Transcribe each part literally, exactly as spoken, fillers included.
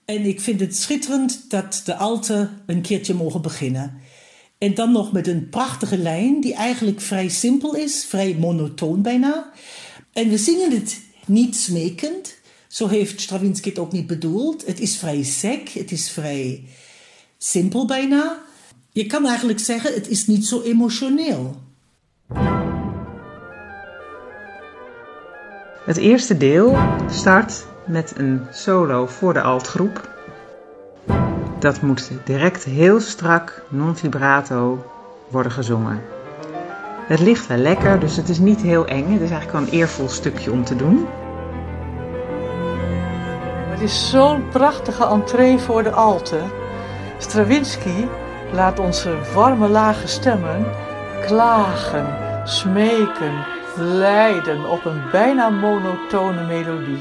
En ik vind het schitterend dat de alten een keertje mogen beginnen. En dan nog met een prachtige lijn die eigenlijk vrij simpel is, vrij monotoon bijna. En we zingen het niet smekend, zo heeft Stravinsky het ook niet bedoeld. Het is vrij sec, het is vrij simpel bijna. Je kan eigenlijk zeggen, het is niet zo emotioneel. Het eerste deel start met een solo voor de altgroep. Dat moet direct heel strak, non-vibrato worden gezongen. Het ligt wel lekker, dus het is niet heel eng. Het is eigenlijk wel een eervol stukje om te doen. Het is zo'n prachtige entree voor de alten. Stravinsky laat onze warme lage stemmen klagen, smeken, lijden op een bijna monotone melodie.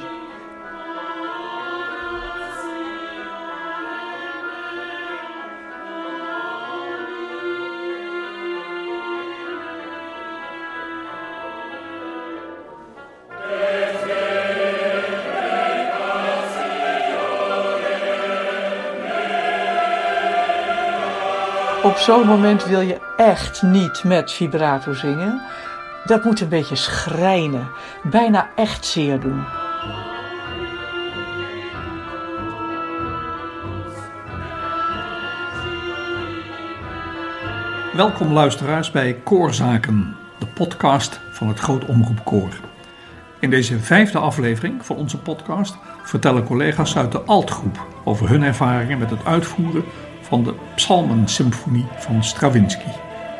Op zo'n moment wil je echt niet met vibrato zingen. Dat moet een beetje schrijnen, bijna echt zeer doen. Welkom luisteraars bij Koorzaken, de podcast van het Groot Omroep Koor. In deze vijfde aflevering van onze podcast vertellen collega's uit de altgroep over hun ervaringen met het uitvoeren van de Psalmen-symfonie van Stravinsky.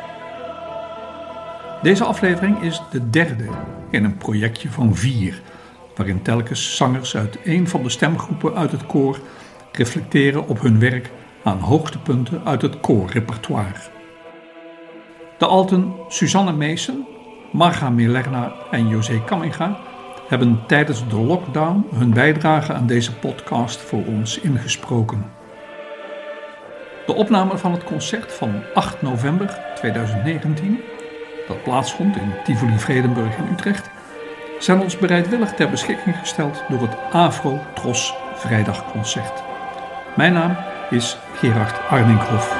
Deze aflevering is de derde in een projectje van vier, waarin telkens zangers uit één van de stemgroepen uit het koor reflecteren op hun werk aan hoogtepunten uit het koorrepertoire. De alten Suzanne Meesen, Marga Melerna en José Caminga hebben tijdens de lockdown hun bijdrage aan deze podcast voor ons ingesproken. De opname van het concert van acht november tweeduizend negentien, dat plaatsvond in Tivoli Vredenburg in Utrecht, zijn ons bereidwillig ter beschikking gesteld door het Afro Tros Vrijdagconcert. Mijn naam is Gerard Arninkhoff.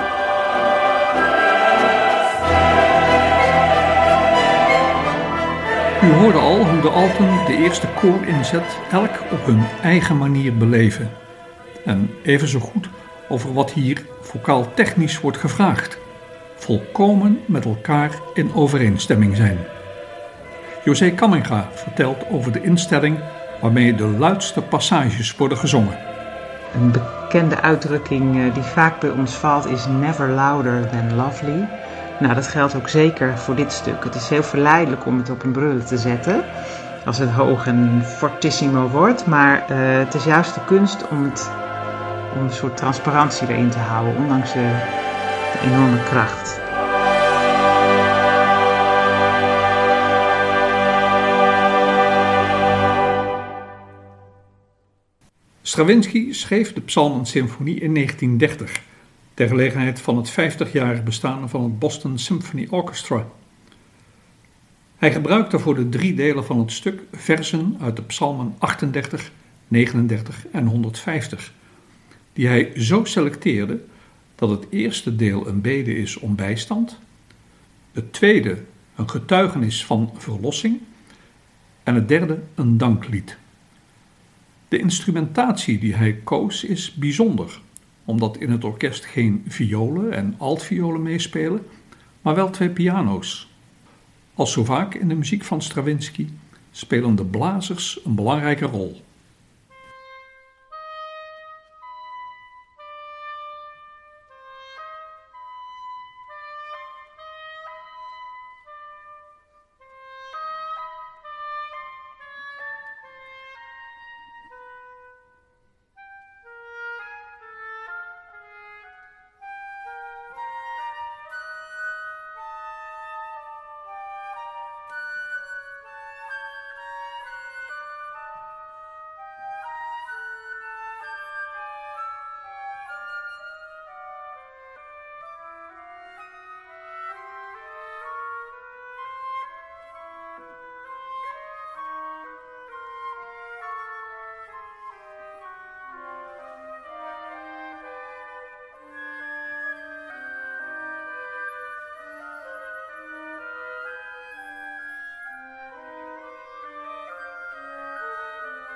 U hoorde al hoe de alten de eerste koorinzet elk op hun eigen manier beleven. En even zo goed over wat hier vocaal technisch wordt gevraagd. Volkomen met elkaar in overeenstemming zijn. José Caminga vertelt over de instelling waarmee de luidste passages worden gezongen. Een bekende uitdrukking die vaak bij ons valt is never louder than lovely. Nou, dat geldt ook zeker voor dit stuk. Het is heel verleidelijk om het op een brullen te zetten als het hoog en fortissimo wordt, maar uh, het is juist de kunst om, het, om een soort transparantie erin te houden, ondanks de, de enorme kracht. Stravinsky schreef de Psalmen-symfonie in negentien dertig, ter gelegenheid van het vijftigjarig bestaan van het Boston Symphony Orchestra. Hij gebruikte voor de drie delen van het stuk versen uit de psalmen achtendertig, negenendertig en honderdvijftig, die hij zo selecteerde dat het eerste deel een bede is om bijstand, het tweede een getuigenis van verlossing en het derde een danklied. De instrumentatie die hij koos is bijzonder, omdat in het orkest geen violen en altviolen meespelen, maar wel twee piano's. Als zo vaak in de muziek van Stravinsky spelen de blazers een belangrijke rol.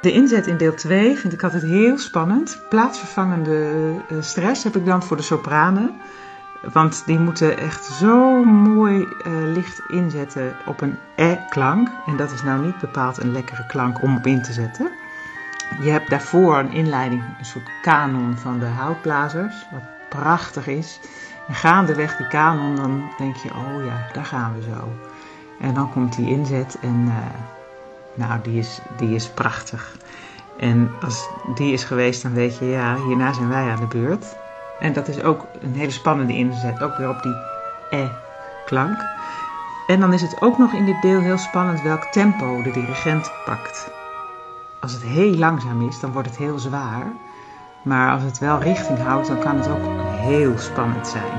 De inzet in deel twee vind ik altijd heel spannend. Plaatsvervangende stress heb ik dan voor de sopranen. Want die moeten echt zo mooi uh, licht inzetten op een e-klank. En dat is nou niet bepaald een lekkere klank om op in te zetten. Je hebt daarvoor een inleiding, een soort kanon van de houtblazers. Wat prachtig is. En gaandeweg die kanon, dan denk je, oh ja, daar gaan we zo. En dan komt die inzet en uh, nou, die is, die is prachtig. En als die is geweest, dan weet je, ja, hierna zijn wij aan de beurt. En dat is ook een hele spannende inzet, ook weer op die e-klank. En dan is het ook nog in dit deel heel spannend welk tempo de dirigent pakt. Als het heel langzaam is, dan wordt het heel zwaar. Maar als het wel richting houdt, dan kan het ook heel spannend zijn.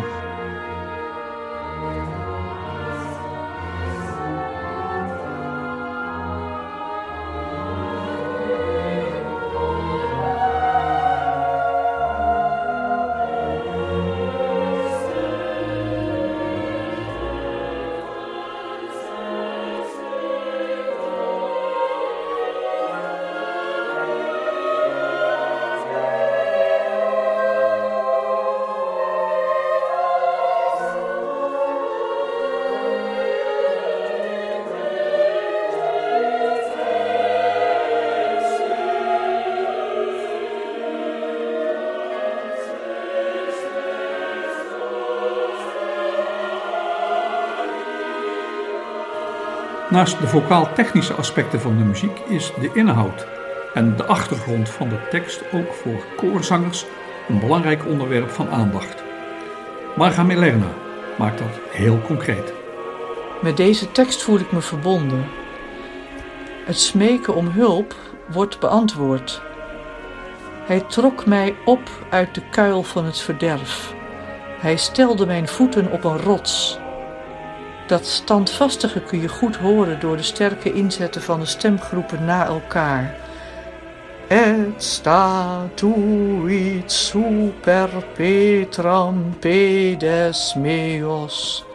Naast de vocaal-technische aspecten van de muziek is de inhoud en de achtergrond van de tekst ook voor koorzangers een belangrijk onderwerp van aandacht. Marga Melerna maakt dat heel concreet. Met deze tekst voel ik me verbonden. Het smeken om hulp wordt beantwoord. Hij trok mij op uit de kuil van het verderf. Hij stelde mijn voeten op een rots. Dat standvastige kun je goed horen door de sterke inzetten van de stemgroepen na elkaar. Et statuit super Petram pedes meos.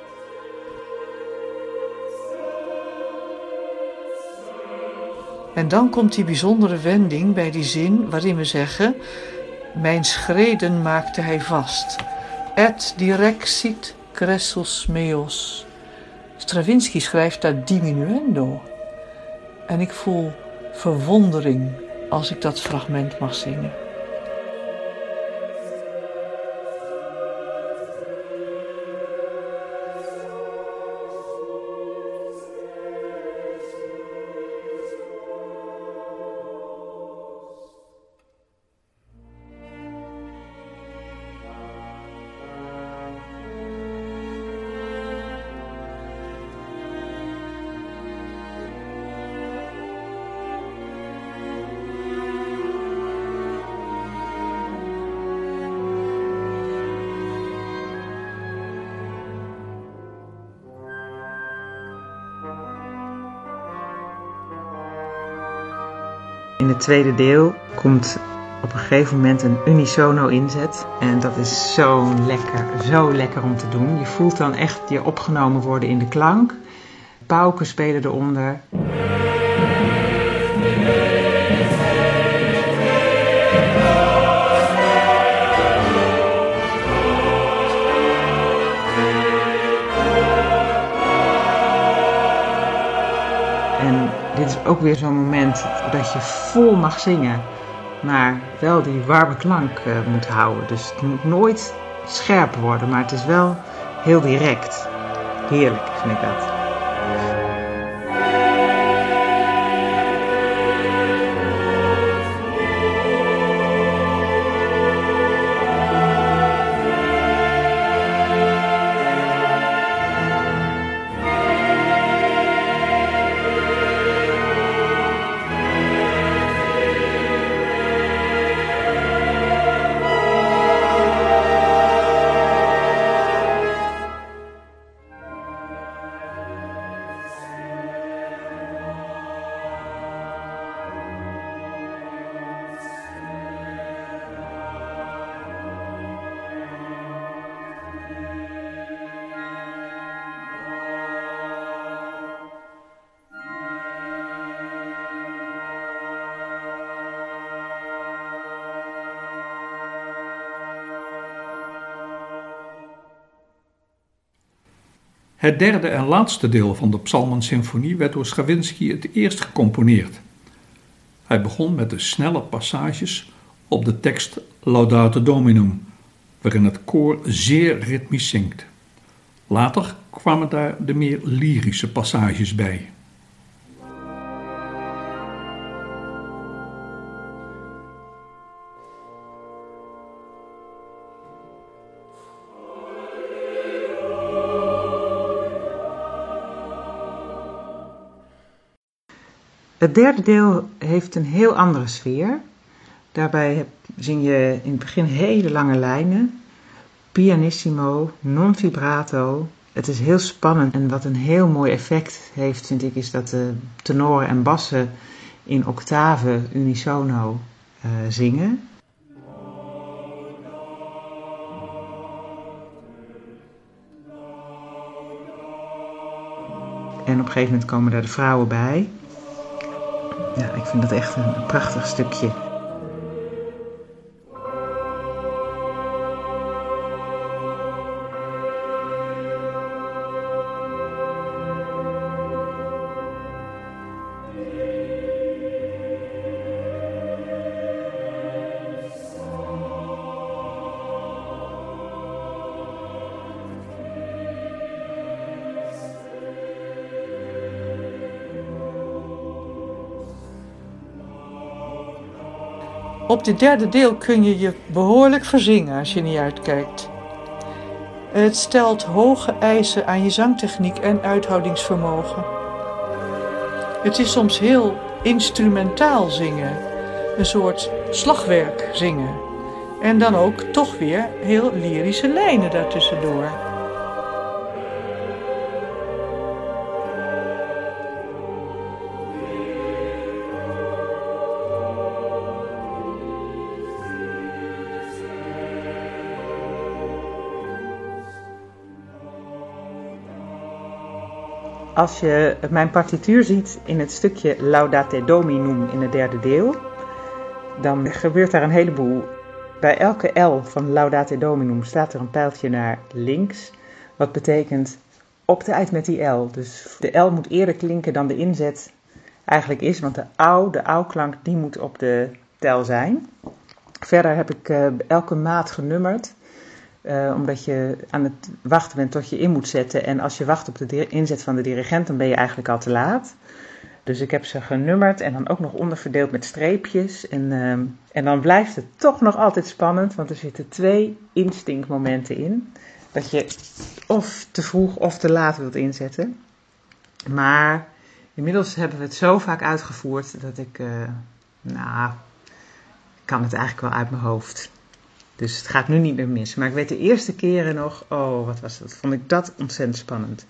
En dan komt die bijzondere wending bij die zin waarin we zeggen: mijn schreden maakte hij vast. Et direxit cressus meos. Stravinsky schrijft dat diminuendo. En ik voel verwondering als ik dat fragment mag zingen. In het tweede deel komt op een gegeven moment een unisono inzet. En dat is zo lekker, zo lekker om te doen. Je voelt dan echt je opgenomen worden in de klank. Pauken spelen eronder. En dit is ook weer zo'n moment dat je vol mag zingen, maar wel die warme klank uh, moet houden. Dus het moet nooit scherp worden, maar het is wel heel direct. Heerlijk vind ik dat. Het derde en laatste deel van de Psalmen-symfonie werd door Stravinsky het eerst gecomponeerd. Hij begon met de snelle passages op de tekst Laudate Dominum, waarin het koor zeer ritmisch zingt. Later kwamen daar de meer lyrische passages bij. Het derde deel heeft een heel andere sfeer. Daarbij heb, zing je in het begin hele lange lijnen, pianissimo, non vibrato. Het is heel spannend en wat een heel mooi effect heeft, vind ik, is dat de tenoren en bassen in octaven unisono uh, zingen. En op een gegeven moment komen daar de vrouwen bij. Ja, ik vind dat echt een, een prachtig stukje. Op dit derde deel kun je je behoorlijk verzingen als je niet uitkijkt. Het stelt hoge eisen aan je zangtechniek en uithoudingsvermogen. Het is soms heel instrumentaal zingen, een soort slagwerk zingen. En dan ook toch weer heel lyrische lijnen daartussendoor. Als je mijn partituur ziet in het stukje Laudate Dominum in het derde deel, dan gebeurt daar een heleboel. Bij elke L van Laudate Dominum staat er een pijltje naar links, wat betekent op de uit met die L. Dus de L moet eerder klinken dan de inzet eigenlijk is, want de au, de au-klank, die moet op de tel zijn. Verder heb ik uh, elke maat genummerd. Uh, omdat je aan het wachten bent tot je in moet zetten. En als je wacht op de di- inzet van de dirigent, dan ben je eigenlijk al te laat. Dus ik heb ze genummerd en dan ook nog onderverdeeld met streepjes. En, uh, en dan blijft het toch nog altijd spannend, want er zitten twee instinctmomenten in. Dat je of te vroeg of te laat wilt inzetten. Maar inmiddels hebben we het zo vaak uitgevoerd dat ik, uh, nou, ik kan het eigenlijk wel uit mijn hoofd. Dus het gaat nu niet meer mis. Maar ik weet de eerste keren nog, oh wat was dat, vond ik dat ontzettend spannend.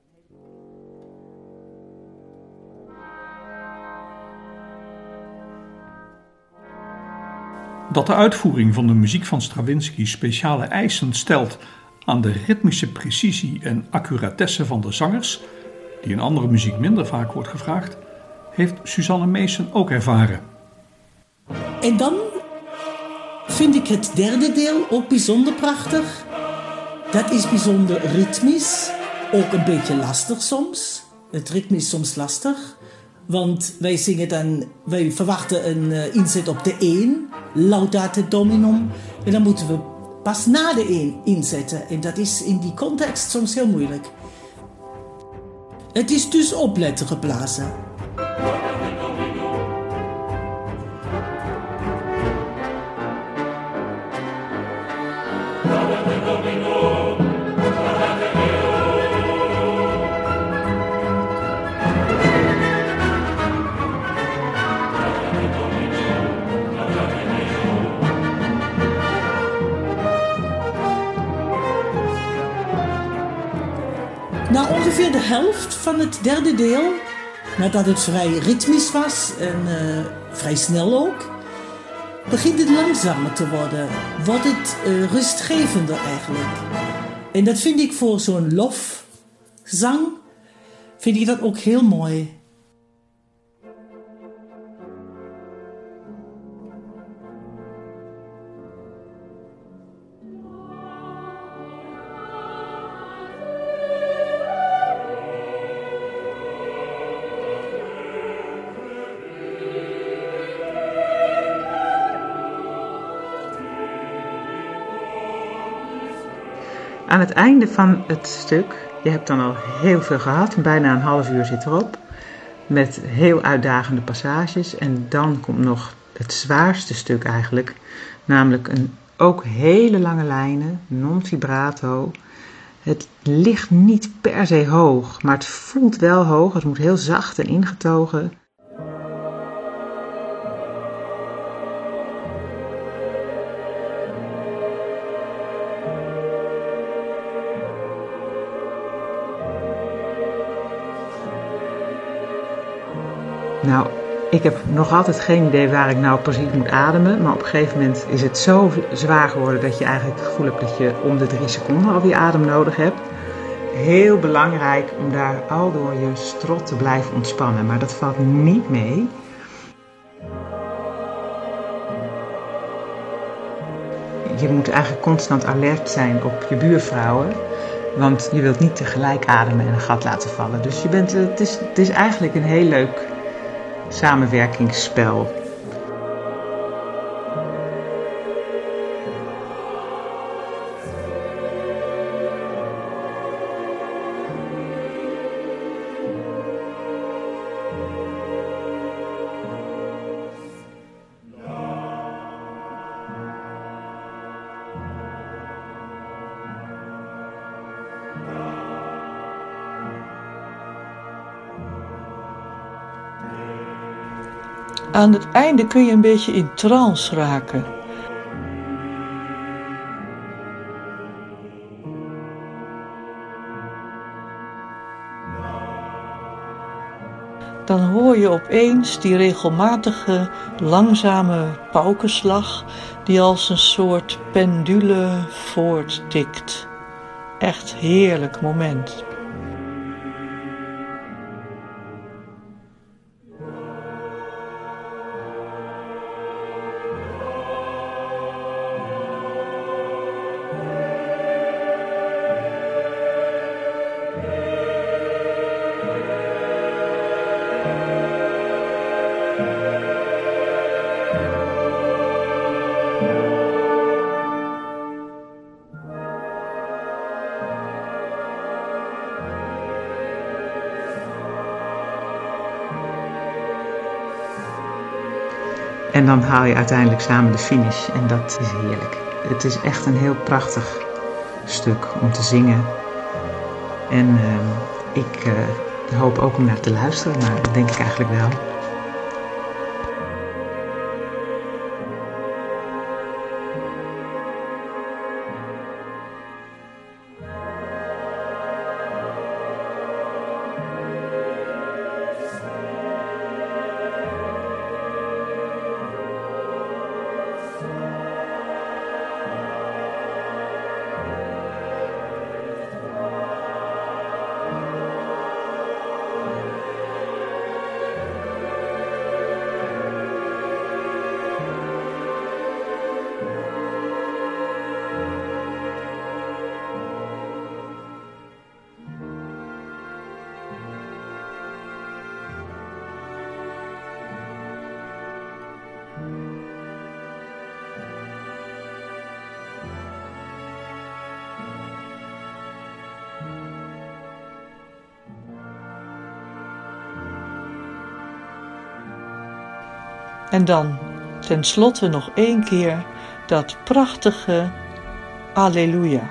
Dat de uitvoering van de muziek van Stravinsky speciale eisen stelt aan de ritmische precisie en accuratesse van de zangers, die in andere muziek minder vaak wordt gevraagd, heeft Suzanne Meesen ook ervaren. En dan vind ik het derde deel ook bijzonder prachtig. Dat is bijzonder ritmisch, ook een beetje lastig soms. Het ritme is soms lastig, want wij zingen dan, wij verwachten een uh, inzet op de één, Laudate Dominum, en dan moeten we pas na de één inzetten. En dat is in die context soms heel moeilijk. Het is dus opletten geblazen. Na ongeveer de helft van het derde deel, nadat het vrij ritmisch was en uh, vrij snel ook, begint het langzamer te worden. Wordt het uh, rustgevender eigenlijk. En dat vind ik voor zo'n lofzang, vind ik dat ook heel mooi. aan het einde van het stuk, je hebt dan al heel veel gehad, bijna een half uur zit erop, met heel uitdagende passages. En dan komt nog het zwaarste stuk eigenlijk, namelijk een, ook hele lange lijnen, non-vibrato. Het ligt niet per se hoog, maar het voelt wel hoog. Het moet heel zacht en ingetogen. Nou, ik heb nog altijd geen idee waar ik nou precies moet ademen. Maar op een gegeven moment is het zo zwaar geworden dat je eigenlijk het gevoel hebt dat je om de drie seconden alweer adem nodig hebt. Heel belangrijk om daar al door je strot te blijven ontspannen. Maar dat valt niet mee. Je moet eigenlijk constant alert zijn op je buurvrouwen. Want je wilt niet tegelijk ademen en een gat laten vallen. Dus je bent, het, is, het is eigenlijk een heel leuk samenwerkingsspel. Aan het einde kun je een beetje in trance raken. Dan hoor je opeens die regelmatige, langzame paukenslag die als een soort pendule voorttikt. Echt heerlijk moment. En dan haal je uiteindelijk samen de finish en dat is heerlijk. Het is echt een heel prachtig stuk om te zingen. En uh, ik uh, hoop ook om naar te luisteren, maar dat denk ik eigenlijk wel. En dan tenslotte nog één keer dat prachtige Alleluia.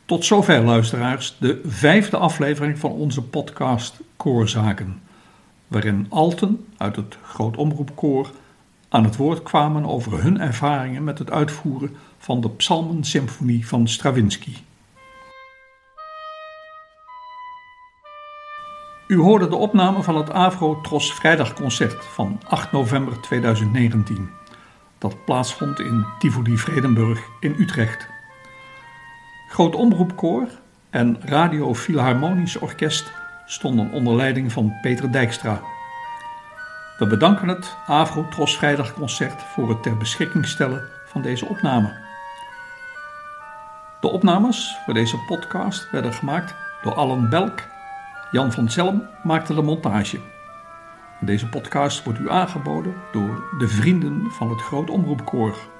Tot zover, luisteraars, de vijfde aflevering van onze podcast Koorzaken, waarin alten uit het Groot Omroepkoor aan het woord kwamen over hun ervaringen met het uitvoeren van de Psalmensymfonie van Stravinsky. U hoorde de opname van het Avro-Tros Vrijdagconcert van acht november tweeduizend negentien, dat plaatsvond in Tivoli Vredenburg in Utrecht. Groot Omroepkoor en Radio Philharmonisch Orkest stonden onder leiding van Peter Dijkstra. We bedanken het Avro-Tros Vrijdagconcert voor het ter beschikking stellen van deze opname. De opnames voor deze podcast werden gemaakt door Allen Belk. Jan van Zelm maakte de montage. Deze podcast wordt u aangeboden door de vrienden van het Groot Omroepkoor.